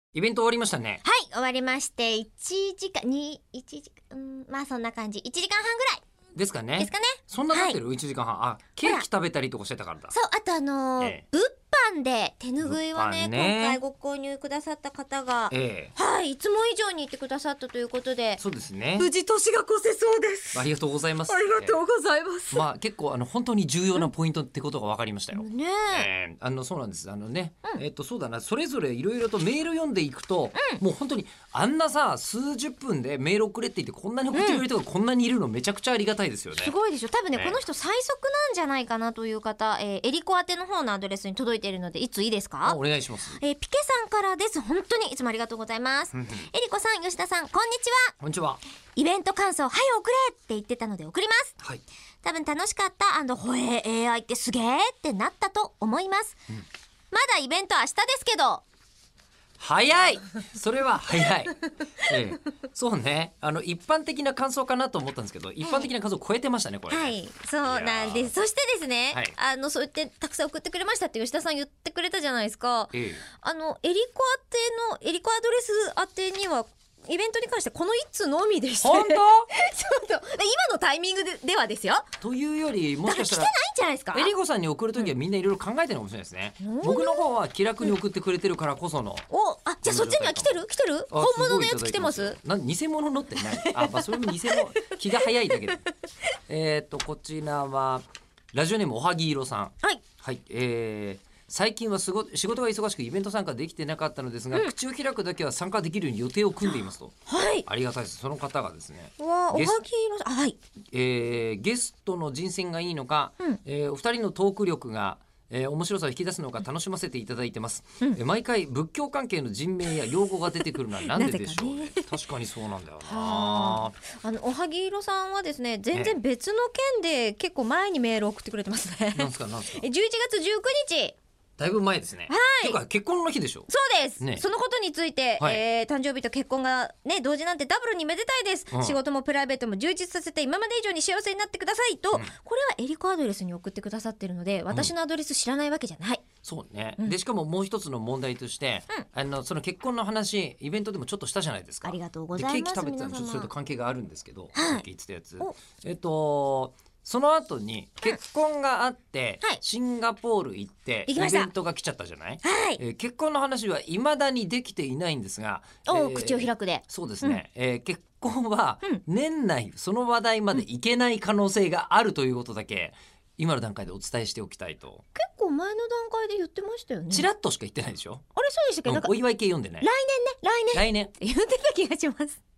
イベント終わりましたね。 はい、終わりまして1時間1時間、まあそんな感じ、1時間半ぐらいですかね。 ですかね。 そんな経ってる、1時間半。あ、ケーキ食べたりとかしてたからだ。 そう、あと物販で手ぬぐいをね、 物販ね今回ご購入くださった方が、 ええ、 はい、いつも以上に言ってくださったということで、 そうですね。 無事年が越せそうです。 ありがとうございます。 ありがとうございます。 まあ結構本当に重要なポイントってことが分かりましたよ。 ねそうなんです。そうだな、それぞれいろいろとメール読んでいくと、もう本当にあんなさ数十分でメール送れって言ってこんなに送ってくれる人がこんなにいるのめちゃくちゃありがたいですよね。 すごいでしょ。多分ね、 ねこの人最速なんじゃないかなという方、エリコ宛ての方のアドレスに届いているので、いついいですか？ お願いします。 ピケさんからです。本当にいつもありがとうございます。エリコさん、吉田さん、こんにちは。 こんにちは。 イベント感想、はい送れって言ってたので送ります。 はい。 多分楽しかったほAI ってすげーってなったと思います。まだイベント明日ですけど。 早い。それは早い。そうね。一般的な感想かなと思ったんですけど、一般的な感想を超えてましたね、これね。 はい、そうなんです。そしてですね、 はい、 そうやってたくさん送ってくれましたって吉田さん言ってくれたじゃないですか。エリコアドレス宛てにはイベントに関してこの1通のみでして。 本当？ ちょっと今のタイミングではですよ。 というよりもしかしたら来てないんじゃないですか。 エリコさんに送るときはみんないろいろ考えてるかもしれないですね。僕の方は気楽に送ってくれてるからこその。 じゃあそっちには来てる本物のやつ来てます？ 偽物のって何？それも偽物。気が早いだけで。こちらはラジオネームおはぎいろさん。 はい。 はい。最近は仕事が忙しくイベント参加できてなかったのですが、口を開くだけは参加できるように予定を組んでいますと。 はい。 ありがたいです。その方がですね。 おはぎいろさん。はい。 ゲストの人選がいいのか、お二人のトーク力が面白さを引き出すのか楽しませていただいてます。毎回仏教関係の人名や用語が出てくるのはなんででしょうね。確かにそうなんだよな。 おはぎいろさんはですね、全然別の件で結構前にメールを送ってくれてますね。 なんすかなんすか。 11月19日。 だいぶ前ですね。 はい。 というか結婚の日でしょ。 そうです。 ね、そのことについて、誕生日と結婚がね同時なんてダブルにめでたいです。仕事もプライベートも充実させて今まで以上に幸せになってくださいと、これはエリコアドレスに送ってくださってるので、私のアドレス知らないわけじゃない。 そうね。でしかももう一つの問題として、その結婚の話イベントでもちょっとしたじゃないですか。 ありがとうございます。 ケーキ食べてたのちょっとそれと関係があるんですけど、さっき言ってたやつ。その後に結婚があって、シンガポール行ってイベントが来ちゃったじゃない。結婚の話は未だにできていないんですが、 口を開くで。 そうですね。結婚は年内その話題までいけない可能性があるということだけ今の段階でお伝えしておきたいと。 結構前の段階で言ってましたよね。 チラッとしか言ってないでしょ。 あれそうでしたっけ？ お祝い系読んでない。 来年来年言ってた気がします。